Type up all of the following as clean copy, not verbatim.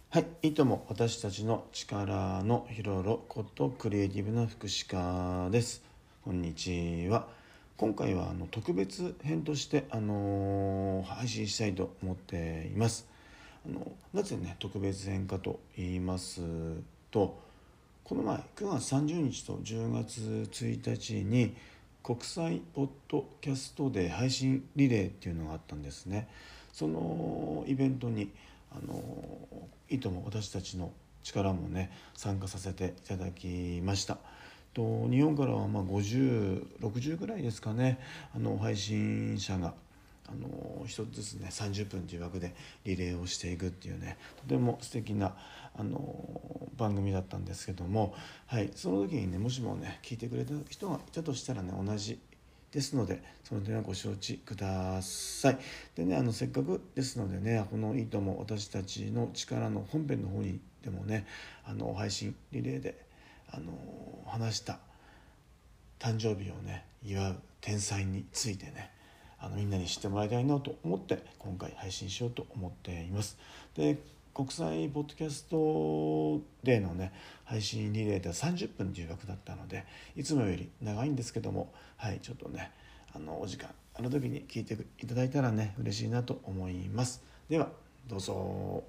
はい、いとも私たちの力のひろろことクリエイティブな福祉家です。こんにちは。今回は特別編として、配信したいと思っています。なぜね特別編かと言いますと、この前9月30日と10月1日に国際ポッドキャストで配信リレーっていうのがあったんですね。そのイベントにいとも私たちの力もね参加させていただきました。日本からは50、60ぐらいですかね、配信者が一つずつね30分という枠でリレーをしていくっていうね、とても素敵な番組だったんですけども、はい、その時にねもしもね聞いてくれた人がいたとしたらね同じですので、その点はご承知ください。でね、せっかくですのでね、このいいとも私たちの力の本編の方にでもね配信リレーで話した誕生日をね祝う天才についてねみんなに知ってもらいたいなと思って今回配信しようと思っています。で、国際ポッドキャストデーのね配信リレーでは30分という枠だったので、いつもより長いんですけども、はい、ちょっとねお時間時に聞いていただいたらね嬉しいなと思います。ではどうぞ。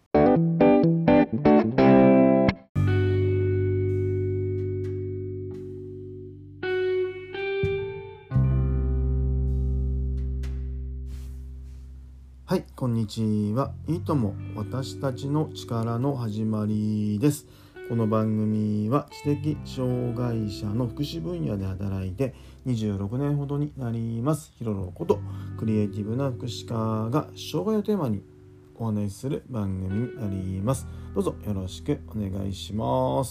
はい、こんにちは。いいとも私たちの力の始まりです。この番組は知的障害者の福祉分野で働いて26年ほどになりますひろろことクリエイティブな福祉家が障害をテーマにお話しする番組になります。どうぞよろしくお願いします。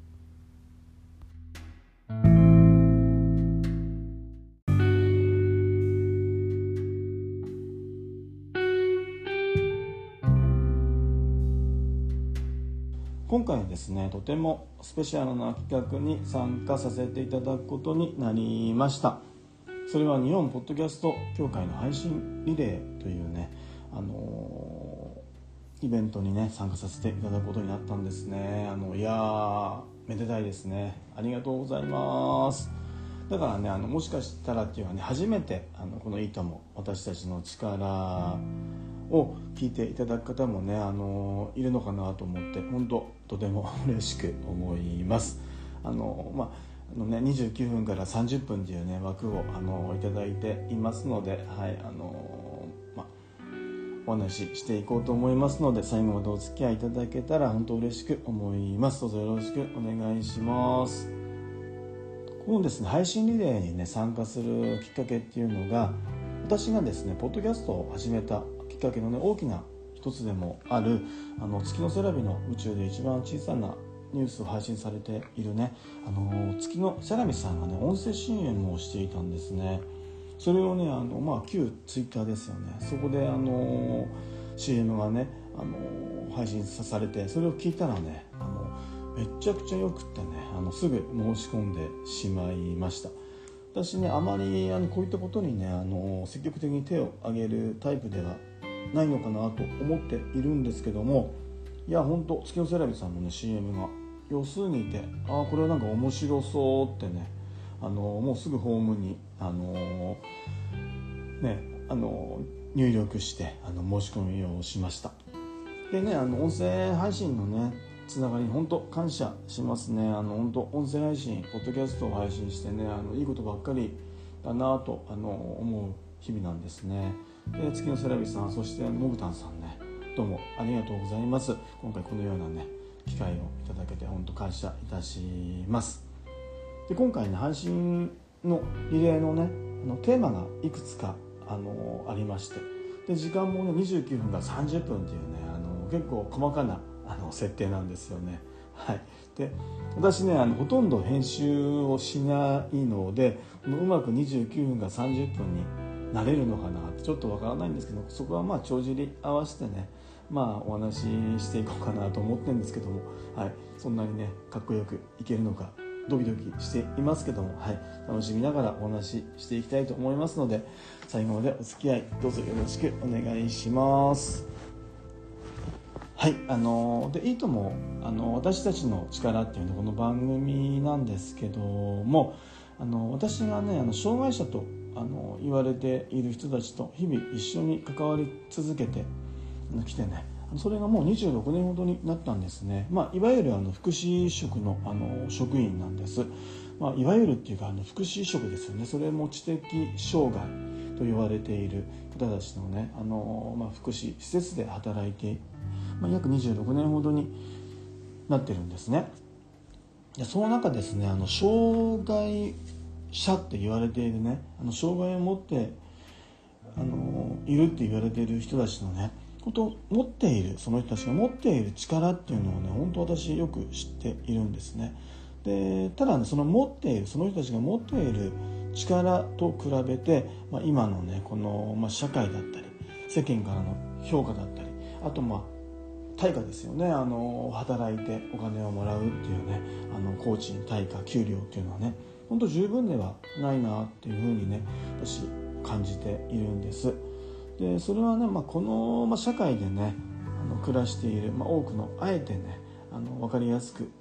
今回はですね、とてもスペシャルな企画に参加させていただくことになりました。それは日本ポッドキャスト協会の配信リレーというね、イベントにね参加させていただくことになったんですね。いやーめでたいですね。ありがとうございます。だからねもしかしたらっていうのはね初めてこのいいとも私たちの力を聞いていただく方もねいるのかなと思って本当とても嬉しく思います。29分から30分というね枠をいただいていますので、はいお話ししていこうと思いますので、最後までお付き合いいただけたら本当嬉しく思います。どうぞよろしくお願いします。このですね配信リレーにね参加するきっかけっていうのが、私がですねポッドキャストを始めたきっかけのね大きな一つでもある月のセラビの宇宙で一番小さなニュースを配信されているね月のセラビさんがね音声 CM をしていたんですね。それをね旧ツイッターですよね、そこでCM がね配信されて、それを聞いたらねめちゃくちゃよくってねすぐ申し込んでしまいました。私ねあまりこういったことにね積極的に手を挙げるタイプではないのかなと思っているんですけども、いや本当月のセラビさんのね CM が良すぎて、これはなんか面白そうってねもうすぐホームに入力して申し込みをしました。でね音声配信のねつながりに本当感謝しますね。本当音声配信ポッドキャストを配信してねいいことばっかりだなと思う日々なんですね。で月のセラビさん、そしてモグタンさんね、どうもありがとうございます。今回このようなね機会をいただけて本当感謝いたします。で今回ね配信のリレーのねテーマがいくつかありまして、で時間もね29分から30分っていうね結構細かな設定なんですよね。はい、で私ねほとんど編集をしないのでうまく29分から30分になれるのかなってちょっとわからないんですけど、そこは帳尻合わせてねお話ししていこうかなと思ってるんですけども、はい、そんなにねかっこよくいけるのかドキドキしていますけども、はい、楽しみながらお話ししていきたいと思いますので、最後までお付き合いどうぞよろしくお願いします。 はい、でいいとも私たちの力っていうのこの番組なんですけども、私がね障害者と言われている人たちと日々一緒に関わり続けてきてね、それがもう26年ほどになったんですね。いわゆる福祉職の職員なんです。いわゆるっていうか福祉職ですよね。それも知的障害と言われている方たちのね福祉施設で働いて約26年ほどになってるんですね。でその中ですね障害者って言われているね障害を持っているって言われている人たちのね本当持っているその人たちが持っている力っていうのをね本当私よく知っているんですね。でただねその人たちが持っている力と比べて、今のねこの、社会だったり世間からの評価だったりあと対価ですよね。働いてお金をもらうっていうね工賃対価給料っていうのはね本当十分ではないなっていうふうにね私感じているんです。でそれはね、この、社会でね暮らしている、多くのあえてね分かりやすく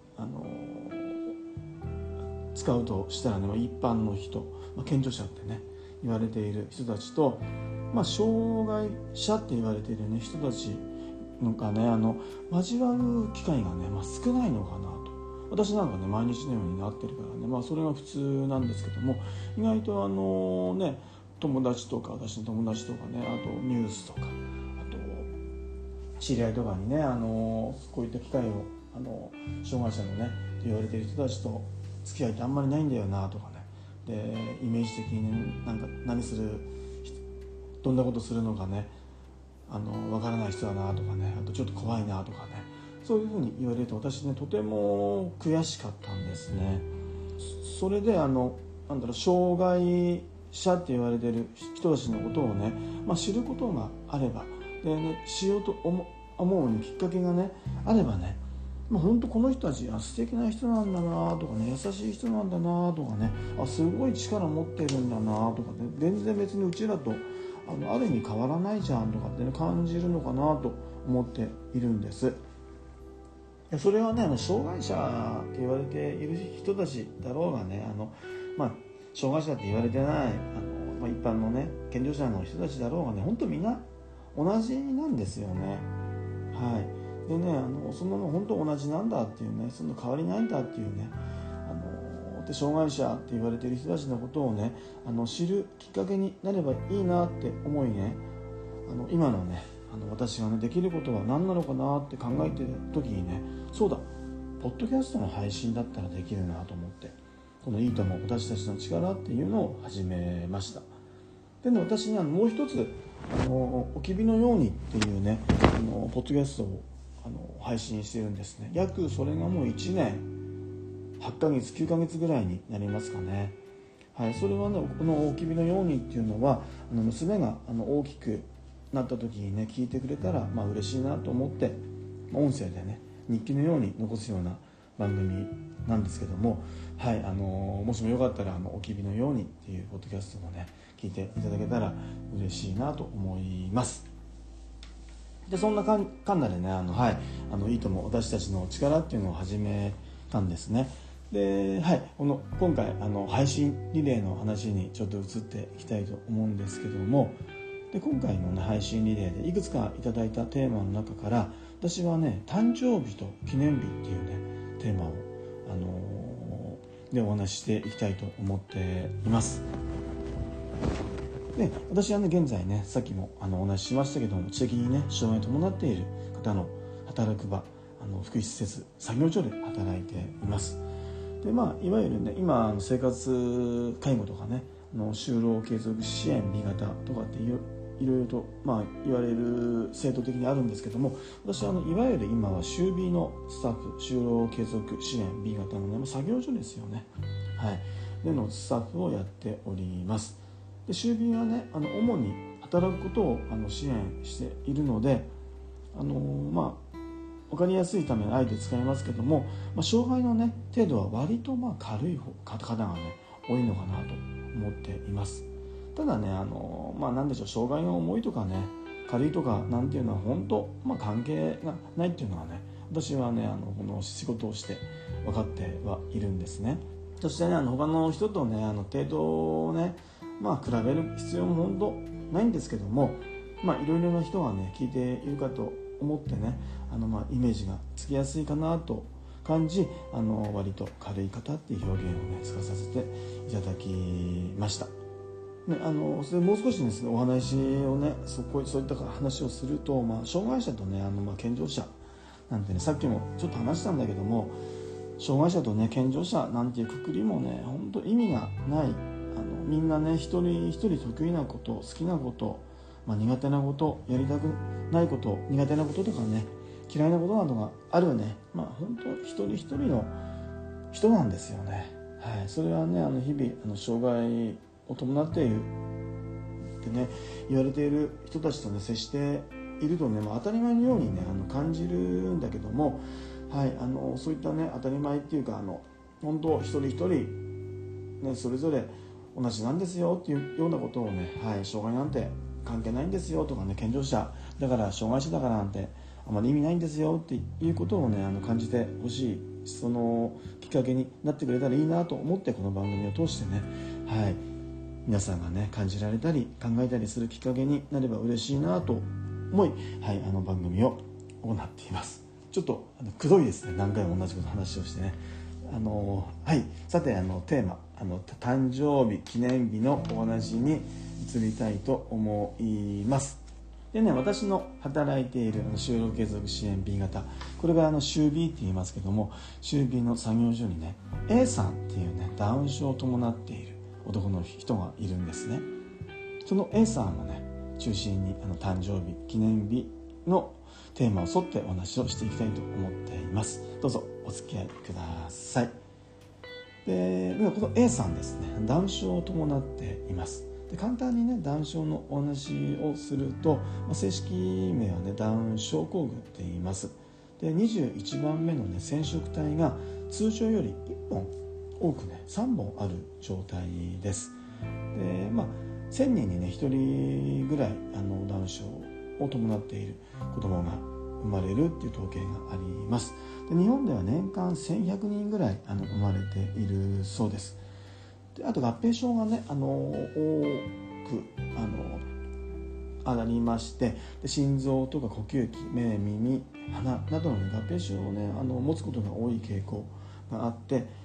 使うとしたらね、一般の人、健常者ってね言われている人たちと、障害者って言われている、ね、人たちのがね交わる機会がね、少ないのかなと。私なんかね毎日のようになってるからね、それが普通なんですけども、意外と友達とか私の友達とかね、あとニュースとかあと知り合いとかにねこういった機会を障害者のねと言われている人たちと付き合いってあんまりないんだよなとかね、でイメージ的にねどんなことするのかね分からない人だなとかね、あとちょっと怖いなとかね、そういうふうに言われると私ねとても悔しかったんですね。それで障害者って言われている人たちのことをね、知ることがあればで、ね、しようと思うきっかけがねあればね、本当この人たち素敵な人なんだなとかね、優しい人なんだなとかね、すごい力持ってるんだなとかね、全然別にうちらとある意味変わらないじゃんとかって、ね、感じるのかなと思っているんです。それはね障害者って言われている人たちだろうがね障害者って言われてない一般のね健常者の人たちだろうがね、本当みんな同じなんですよね。はいでねそんなの本当同じなんだっていうね、そんな変わりないんだっていうねで障害者って言われている人たちのことをね知るきっかけになればいいなって思いね、今のね私がねできることは何なのかなって考えてる時にね、そうだポッドキャストの配信だったらできるなと思って、このいいとも私たちの力っていうのを始めました。でね、私にもう一つおきびのようにっていうねポッドキャストを配信してるんですね。約それがもう1年8ヶ月9ヶ月ぐらいになりますかね。それはねこのおきびのようにっていうのは娘が大きくなった時にね聞いてくれたら嬉しいなと思って音声でね日記のように残すような番組なんですけども、もしもよかったらおきびのようにっていうポッドキャストもね聞いていただけたら嬉しいなと思います。でそんなかんなでねいいとも私たちの力っていうのを始めたんですね。で今回配信リレーの話にちょっと移っていきたいと思うんですけども、で今回の、配信リレーでいくつかいただいたテーマの中から私はね誕生日と記念日っていうねテーマを、でお話ししていきたいと思っています。で私はね現在ねさっきもお話ししましたけども、知的にね障害を伴っている方の働く場福祉施設作業所で働いています。でいわゆるね今生活介護とかね就労継続支援 B 型とかっていろいろと言われる制度的にあるんですけども、私はいわゆる今は就 B のスタッフ就労継続支援 B 型のね作業所ですよね。でのスタッフをやっております。で就 B はね主に働くことを支援しているので分かりやすいためにあえて使いますけども、障害のね程度は割と軽い方がね多いのかなと思っています。ただねなんでしょう、障害が重いとかね軽いとかなんていうのは本当、関係がないっていうのはね、私はねこの仕事をして分かってはいるんですね。そしてね他の人とね程度をね比べる必要も本当ないんですけども、いろいろな人がね聞いているかと思ってねイメージがつきやすいかなと感じ、割と軽い方っていう表現をね使わさせていただきました。ね、それもう少しですねお話をねそういった話をすると、障害者とね健常者なんてね、さっきもちょっと話したんだけども、障害者とね健常者なんていうくくりもね本当意味がない。みんなね一人一人得意なこと、好きなこと、苦手なこと、やりたくないこと、苦手なこととかね嫌いなことなどがあるね、本当一人一人の人なんですよね。はい、それはね日々障害を伴っているってね言われている人たちとね接しているとね、当たり前のようにね感じるんだけども、はい、そういったね当たり前っていうか本当一人一人、ね、それぞれ同じなんですよっていうようなことをね、障害なんて関係ないんですよとかね、健常者だから障害者だからなんてあまり意味ないんですよっていうことをね感じてほしい、そのきっかけになってくれたらいいなと思ってこの番組を通してね、皆さんがね感じられたり考えたりするきっかけになれば嬉しいなと思い、番組を行っています。ちょっとくどいですね、何回も同じこと話をしてね。さてテーマ誕生日記念日のお話に移りたいと思います。でね、私の働いている就労継続支援 B 型、これが就 B って言いますけども、就 B の作業所にね A さんっていうねダウン症を伴っている男の人がいるんですね。その A さんをね中心に誕生日記念日のテーマを沿ってお話をしていきたいと思っています。どうぞお付き合いください。でこの A さんですね、ダウン症を伴っています。で簡単にねダウン症のお話をすると、正式名はねダウン症候群って言います。で21番目のね染色体が通常より1本多くね3本ある状態です。で1000人にね1人ぐらいダウン症を伴っている子供が生まれるっていう統計があります。で日本では年間1100人ぐらい生まれているそうです。であと合併症がね多くありまして、で心臓とか呼吸器、目、耳、鼻などの、合併症をね持つことが多い傾向があって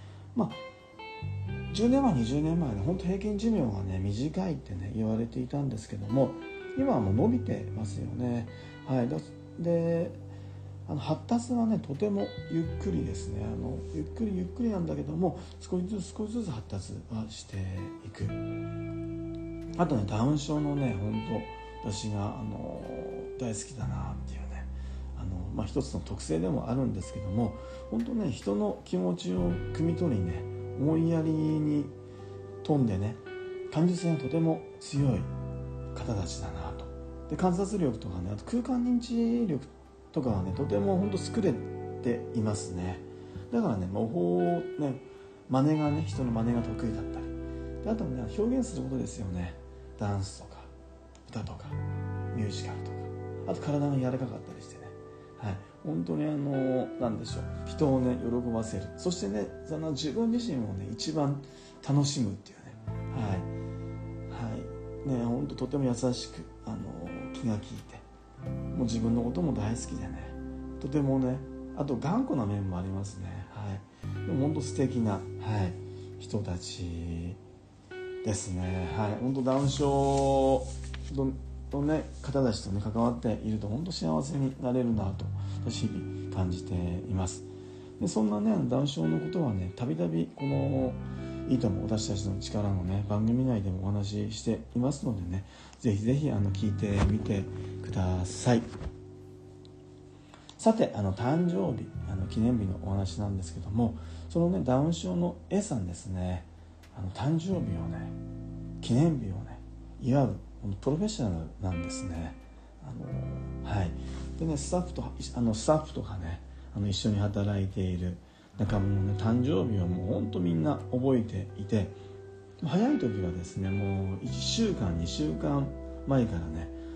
、10年前20年前ね本当平均寿命がね短いってね言われていたんですけども、今はもう伸びてますよね。で発達はねとてもゆっくりですね。ゆっくりなんだけども少しずつ発達はしていく。あとねダウン症のね本当私が大好きだなっていうね一つの特性でもあるんですけども、本当ね人の気持ちを汲み取りね思いやりに富んでね感受性がとても強い方たちだなと。で観察力とかね、あと空間認知力とかはねとても本当優れていますね。だからね模倣ね真似がね人の真似が得意だったりで、あとね表現することですよね。ダンスとか歌とかミュージカルとか、あと体が柔らかかったりしてね、本当になんでしょう、人をね喜ばせる、そしてね自分自身をね一番楽しむっていうね、本当とても優しく気が利いて、もう自分のことも大好きでね、とてもね、あと頑固な面もありますね。でも本当素敵な、人たちですね。本当ダウン症のね方たちとね関わっていると本当幸せになれるなと私日々感じています。でそんなねダウン症のことはねたびたびこのいいとも私たちの力のね番組内でもお話ししていますのでね、ぜひぜひ聞いてみてください。さて誕生日記念日のお話なんですけども、そのねダウン症の A さんですね、誕生日をね記念日をね祝うプロフェッショナルなんですね。でねスタッフとかね一緒に働いている仲間のね誕生日をもうほんとみんな覚えていて、早い時はですねもう1週間2週間前からね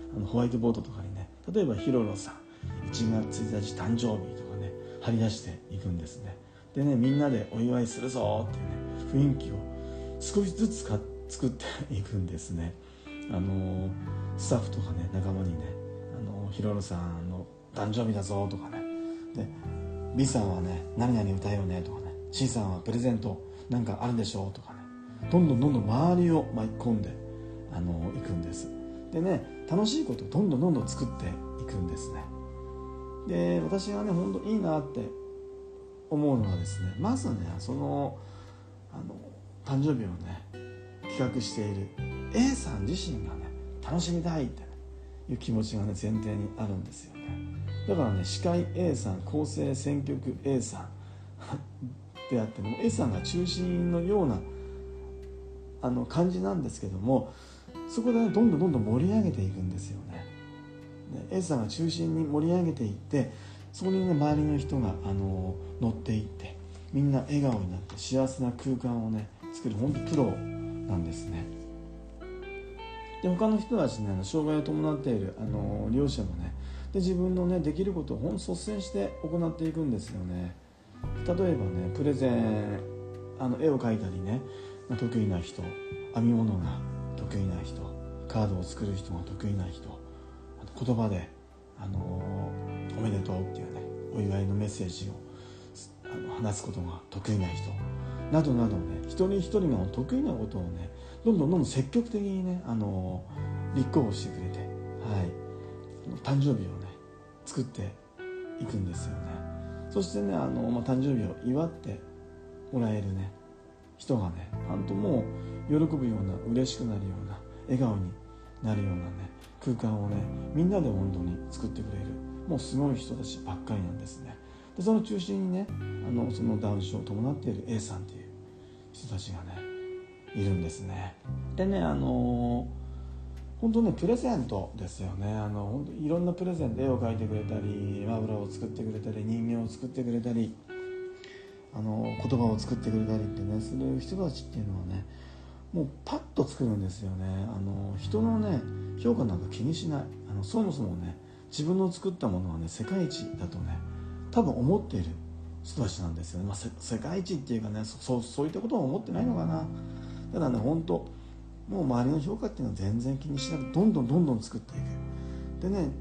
ホワイトボードとかにね、例えばヒロロさん1月1日誕生日とかね貼り出していくんですね。でね、みんなでお祝いするぞっていうね雰囲気を少しずつ作っていくんですね。スタッフとかね仲間にね、ヒロロさんの誕生日だぞとかね、で B さんはね何々歌うよねとかね、 C さんはプレゼントなんかあるでしょうとかね、どんどん周りを巻き込んでいくんです。でね、楽しいことをどんどん作っていくんですね。で、私がね本当いいなって思うのはですね、まずねその誕生日をね企画している A さん自身がね楽しみたいっていう気持ちがね前提にあるんですよね。だからね、司会 A さん、構成選曲 A さんであっても A さんが中心のような感じなんですけども、そこで、ね、どんどん盛り上げていくんですよね。で A さんが中心に盛り上げていって、そこにね周りの人が乗っていって、みんな笑顔になって幸せな空間をね作る本当プロなんですね。で、他の人たちね障害を伴っている利用者もね、で自分のねできることを率先して行っていくんですよね。例えばね、プレゼン絵を描いたりね得意な人、編み物が得意な人、カードを作る人が得意な人、言葉でおめでとうっていうねお祝いのメッセージを話すことが得意な人などなどね、一人一人の得意なことをねどんどん積極的にね立候補してくれて、誕生日をね作っていくんですよね。そしてね誕生日を祝ってもらえるね人がね本当もう喜ぶような、嬉しくなるような、笑顔になるようなね空間をねみんなで本当に作ってくれる、もうすごい人たちばっかりなんですね。でその中心にねそのダウン症を伴っている A さんっていう人たちがねいるんですね。でね本当ねプレゼントですよね。本当いろんなプレゼント、絵を描いてくれたり、マフラーを作ってくれたり、人形を作ってくれたり、言葉を作ってくれたりってねする人たちっていうのはね、もうパッと作るんですよね。人のね評価なんか気にしない、そもそもね自分の作ったものはね世界一だとね多分思っている人たちなんですよね。世界一っていうかねそういったことは思ってないのかな。ただね本当もう周りの評価っていうのは全然気にしなくてどんどん作っていく。でね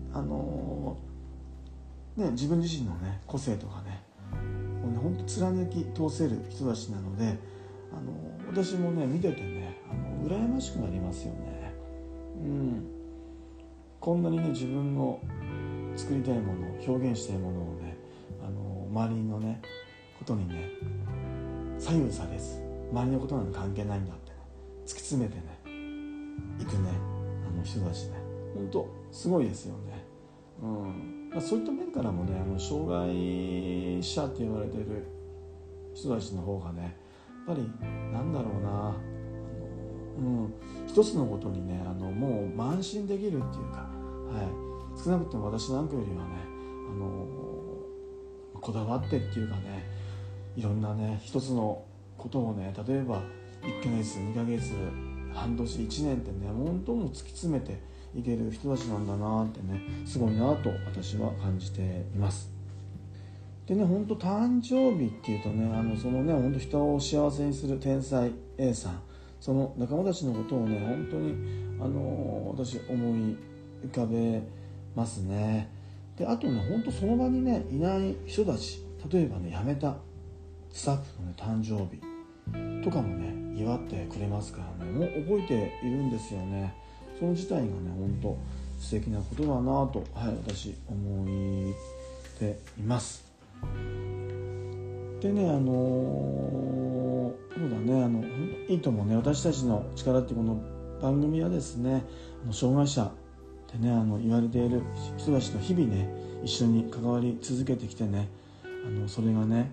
自分自身のね個性とかね本当貫き通せる人たちなので私もね見ててね羨ましくなりますよね。こんなにね自分の作りたいもの、表現したいものをね周りのねことにね左右されず、周りのことなんか関係ないんだってね突き詰めてねいくね人たちね本当すごいですよね。そういった面からもね障害者って言われている人たちの方がねやっぱりなんだろうな一つのことにねもう慢心できるっていうか、少なくとも私なんかよりはねこだわってっていうかね、いろんなね一つのことをね例えば1ヶ月2ヶ月半年1年ってね本当も突き詰めていける人たちなんだなってねすごいなと私は感じています。でね本当誕生日っていうとねそのね本当人を幸せにする天才 A さん、その仲間たちのことをね本当に私思い浮かべますね。であとね本当その場にねいない人たち、例えばね辞めたスタッフの、ね、誕生日とかもね祝ってくれますからね、もう覚えているんですよね。その自体がね本当素敵なことだなと、私思っています。でねそうだねいいともね、私たちの力っていうこの番組はですね障害者ってね言われている人たちと日々ね一緒に関わり続けてきてねそれがね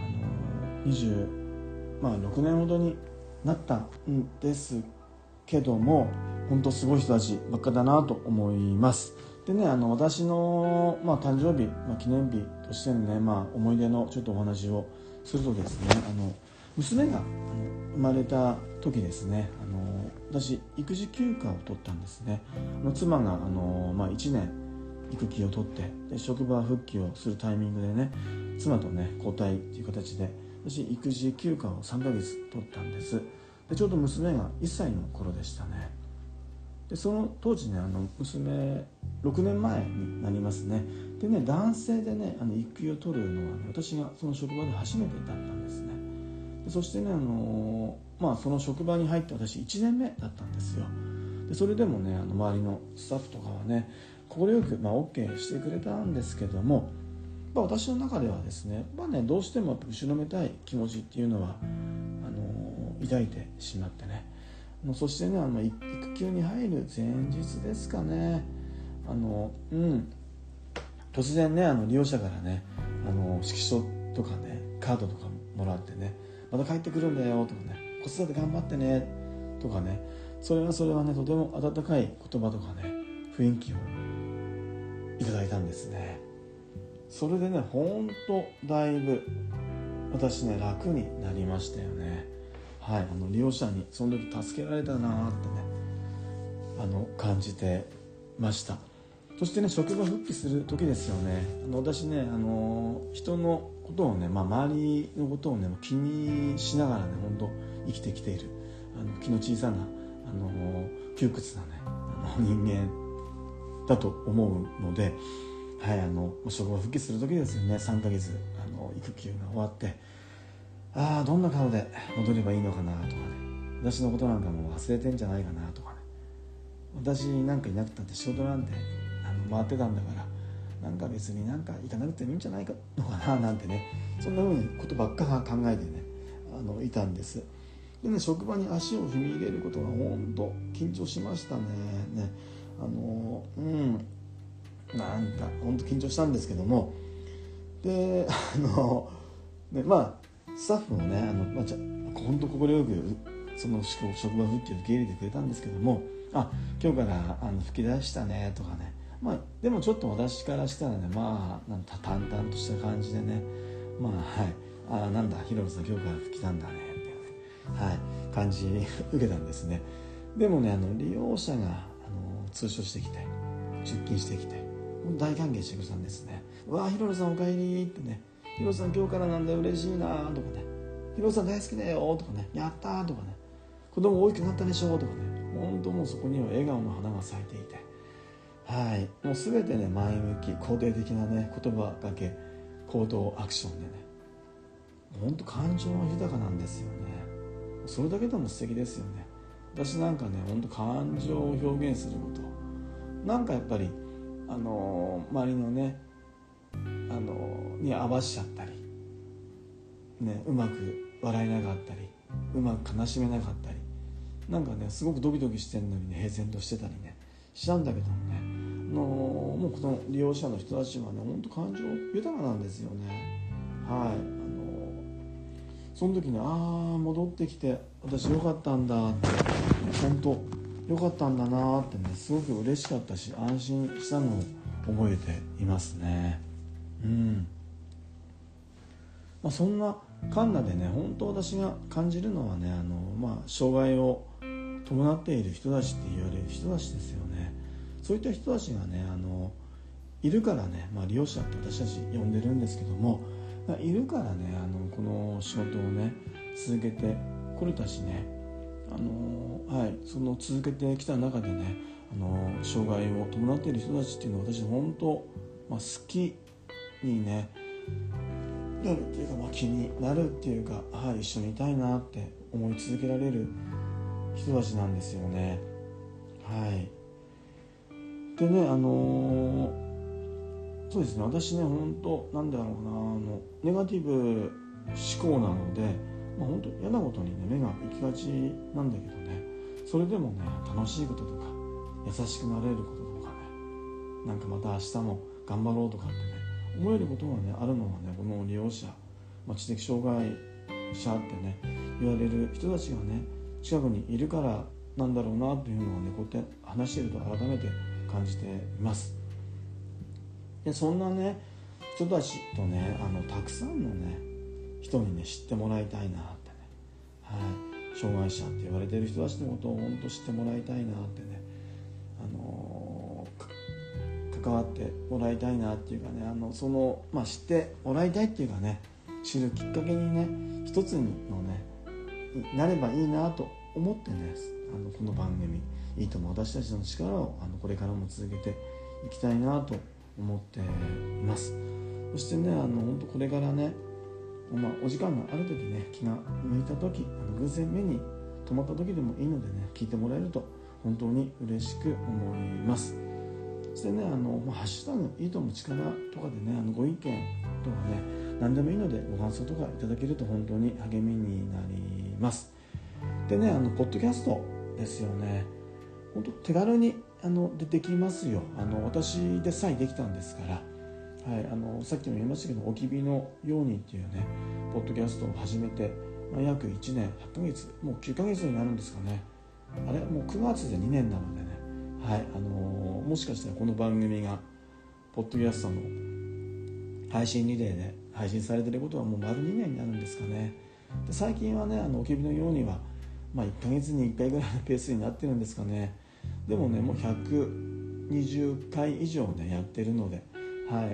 26年ほどになったんですけども、本当すごい人たちばっかだなと思います。でね私の、誕生日、記念日としてのね、思い出のちょっとお話をするとですね、娘が生まれた時ですね、 私育児休暇を取ったんですね。妻が1年育休を取ってで職場復帰をするタイミングでね、妻とね交代という形で私育児休暇を3ヶ月取ったんです。でちょうど娘が1歳の頃でしたね。でその当時ね娘6年前になりますね。でね男性でね育休を取るのは、ね、私がその職場で初めてだったんですね。でそしてねその職場に入って私1年目だったんですよ。でそれでもね周りのスタッフとかはね快く、OK してくれたんですけども、私の中ではですね、どうしても後ろめたい気持ちっていうのは抱いてしまってね、そしてね育休に入る前日ですかね、突然ね利用者からね色書とかねカードとかもらってね、また帰ってくるんだよとかね、子育て頑張ってねとかね、それはねとても温かい言葉とかね雰囲気をいただいたんですね。それでねほんとだいぶ私ね楽になりましたよね。はい、利用者にその時助けられたなってね感じてました。そしてね職場復帰する時ですよね。私ね人のことをね、周りのことをね気にしながらね本当生きてきている気の小さな窮屈なね人間だと思うので、はい、職場復帰する時ですよね。3ヶ月育休が終わって、どんな顔で戻ればいいのかなとかね、私のことなんかも忘れてんじゃないかなとかね、私なんかいなくたって仕事なんて回ってたんだからなんか別になんか行かなくてもいいんじゃないのかななんてね、そんな風にことばっか考えてねいたんです。でね職場に足を踏み入れることが本当緊張しましたね。なんか本当緊張したんですけども、でスタッフもね本当快くその職場復帰を受け入れてくれたんですけども、今日から吹き出したねとかね、でもちょっと私からしたらね淡々とした感じでね、なんだヒロロさん今日から吹きたんだねって、感じ受けたんですね。でもね利用者が通所してきて出勤してきて大歓迎してくれたんですね。ヒロロさんお帰りってね、ヒロさん今日からなんだ嬉しいなとかね、ヒロさん大好きだよとかね、やったーとかね、子供大きくなったでしょとかね、本当もうそこには笑顔の花が咲いていて、もう全てね前向き肯定的なね言葉だけ行動アクションでね、本当感情豊かなんですよね。それだけでも素敵ですよね。私なんかね本当感情を表現することなんかやっぱり周りのねに合わしちゃったり、うまく笑えなかったりうまく悲しめなかったりなんかねすごくドキドキしてるのにね平然としてたりねしちゃうんだけどもね、もうこの利用者の人たちはね本当感情豊かなんですよね。その時に戻ってきて私よかったんだって本当よかったんだなってねすごく嬉しかったし安心したのを覚えていますね。そんなカンナでね本当私が感じるのはね障害を伴っている人たちって言われる人たちですよね。そういった人たちがねいるからね、利用者って私たち呼んでるんですけどもいるからねこの仕事をね続けてこれたしねその続けてきた中でね障害を伴っている人たちっていうのは私本当、好きにねなるっていうか、気になるっていうか、一緒にいたいなって思い続けられる人たちなんですよね。でねそうですね、私ね本当なんだろうなネガティブ思考なので、本当嫌なことにね目が行きがちなんだけどね、それでもね楽しいこととか優しくなれることとかね、なんかまた明日も頑張ろうとかってね思えることがねあるのはねこの利用者、知的障害者ってね言われる人たちがね近くにいるからなんだろうなというのをねこうやって話していると改めて感じています。でそんなね人たちとねたくさんのね人にね知ってもらいたいなってね、 障害者って言われている人たちのことを本当知ってもらいたいなってね、関わってもらいたいなっていうかね、知ってもらいたいっていうかね、知るきっかけにね、一つのねなればいいなと思ってね、この番組いいとも私たちの力をこれからも続けていきたいなと思っています。そしてね、本当これからね、お時間がある時ね、気が向いた時、偶然目に留まった時でもいいのでね、聞いてもらえると本当に嬉しく思います。そしてね、ハッシュタグいいとも力とかでね、ご意見とかね、何でもいいのでご感想とかいただけると本当に励みになります。でね、ポッドキャストですよね、本当手軽に出てきますよ。私でさえできたんですから、はい、さっきも言いましたけど、おきびのようにっていうねポッドキャストを始めて、約1年8ヶ月、もう9ヶ月になるんですかね。あれもう9月で2年なのでね、はい、もしかしたらこの番組がポッドキャストの配信リレーで配信されていることはもう丸2年になるんですかね。で最近はね、おきびのようには、1ヶ月に1回ぐらいのペースになってるんですかね。でもね、もう120回以上ねやってるので、はい、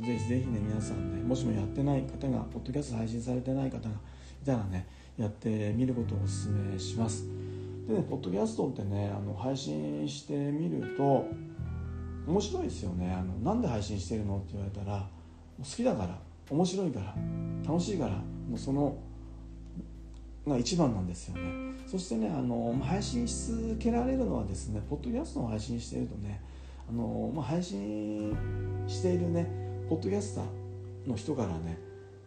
ぜひぜひね、皆さんね、もしもやってない方が、ポッドキャスト配信されてない方がいたらね、やってみることをお勧めします。でね、ポッドキャストってね、配信してみると面白いですよね。なんで配信してるのって言われたら、好きだから、面白いから、楽しいから、もうそのが一番なんですよね。そしてね、配信し続けられるのはですね、ポッドキャストを配信しているとね、配信しているねポッドキャスターの人からね、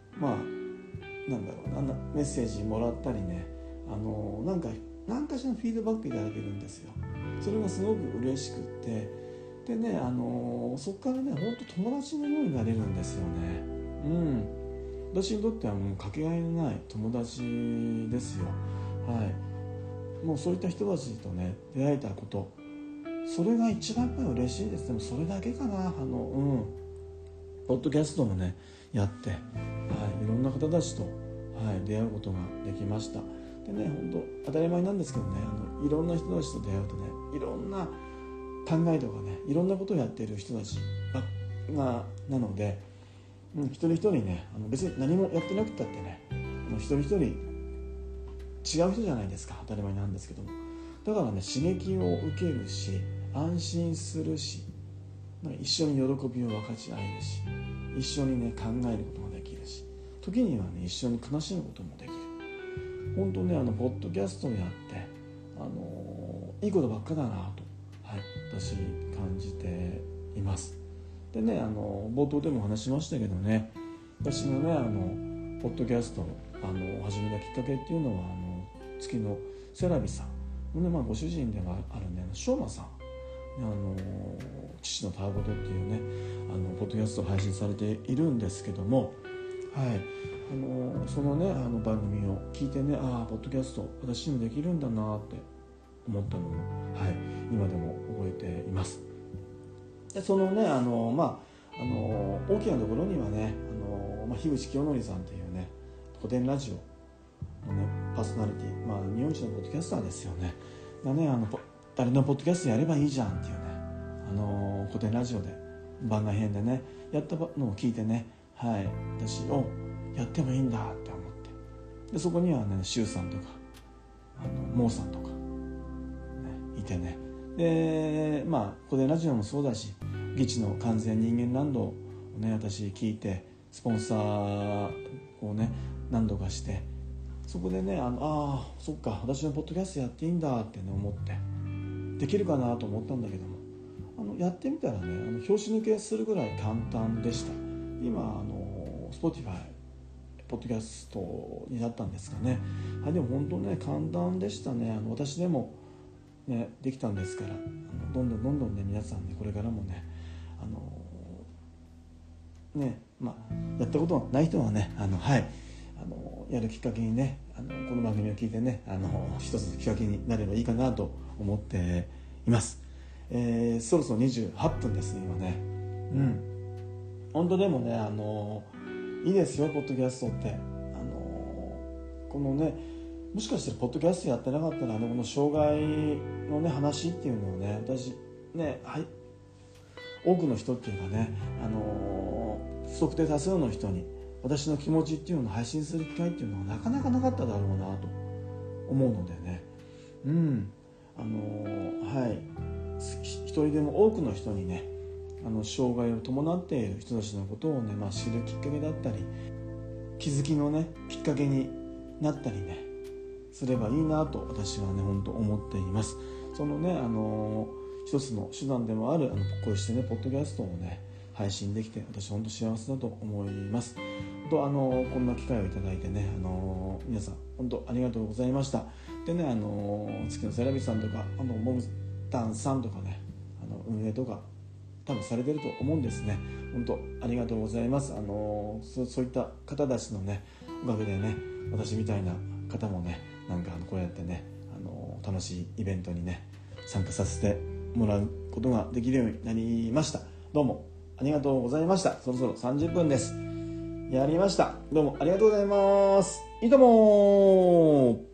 メッセージもらったりね、何かしらのフィードバックいただけるんですよ。それがすごく嬉しくって、でね、そこからね、本当友達のようになれるんですよね。私にとってはもうかけがえのない友達ですよ。はい、もうそういった人たちとね出会えたこと、それが一番やっぱり嬉しいです。でもそれだけかな。ポッドキャストもねやって、はい、いろんな方たちと、出会うことができました。でね、本当当たり前なんですけどね、いろんな人たちと出会うとね、いろんな考えとかね、いろんなことをやっている人たちなので、一人一人ね、別に何もやってなくたってね、一人一人違う人じゃないですか。当たり前なんですけども、だからね、刺激を受けるし、安心するし、一緒に喜びを分かち合えるし、一緒にね考えることもできるし、時にはね一緒に悲しむこともできる。本当ね、ポッドキャストをやっていいことばっかだなと、私感じています。でね、冒頭でも話しましたけどね、私がねポッドキャストを始めたきっかけっていうのは、月のセラビさんのね、ご主人ではあるね、しょうまさん、父のたわごとっていうねポッドキャストを配信されているんですけども、そのね番組を聞いてね、ポッドキャスト私にもできるんだなって思ったのも、今でも覚えています。でそのね大きなところにはね樋口清則さんっていうね古典ラジオのねパーソナリティ、日本一のポッドキャスターですよねがね、誰のポッドキャストやればいいじゃんっていうね古典ラジオで番外編でねやったのを聞いてね、私をやってもいいんだって思って、でそこにはね周さんとかモーさんとか、いてね、で古典ラジオもそうだし、ギチの完全人間ランドをね私聞いてスポンサーをね何度かして、そこでねそっか私のポッドキャストやっていいんだってね思ってできるかなと思ったんだけども、やってみたらね拍子抜けするぐらい簡単でした。今Spotify ポッドキャストになったんですかね。でも本当ね簡単でしたね。私でもねできたんですから、どんどんね皆さんねこれからもねやったことない人はねやるきっかけにねこの番組を聞いてね一つのきっかけになればいいかなと思っています。そろそろ28分ですね今ね。本当でもねいいですよポッドキャストって。このねもしかしたらポッドキャストやってなかったらこの障害のね話っていうのをね私ね、はい、多くの人っていうかね、不特定多数の人に私の気持ちっていうのを配信する機会っていうのはなかなかなかっただろうなと思うのでね、一人でも多くの人にね障害を伴っている人たちのことをね、知るきっかけだったり気づきのねきっかけになったりねすればいいなと私はね本当思っています。そのね一つの手段でもあるこうしてねポッドキャストをね配信できて私本当幸せだと思います。こんな機会をいただいてね皆さん本当ありがとうございました。でね月のセラビさんとかモムタンさんとかね運営とか多分されてると思うんですね。本当ありがとうございます。そういった方たちのねおかげでね私みたいな方もねこうやってね楽しいイベントにね参加させてもらうことができるようになりました。どうもありがとうございました。そろそろ30分です。やりました。どうもありがとうございます。いいともー。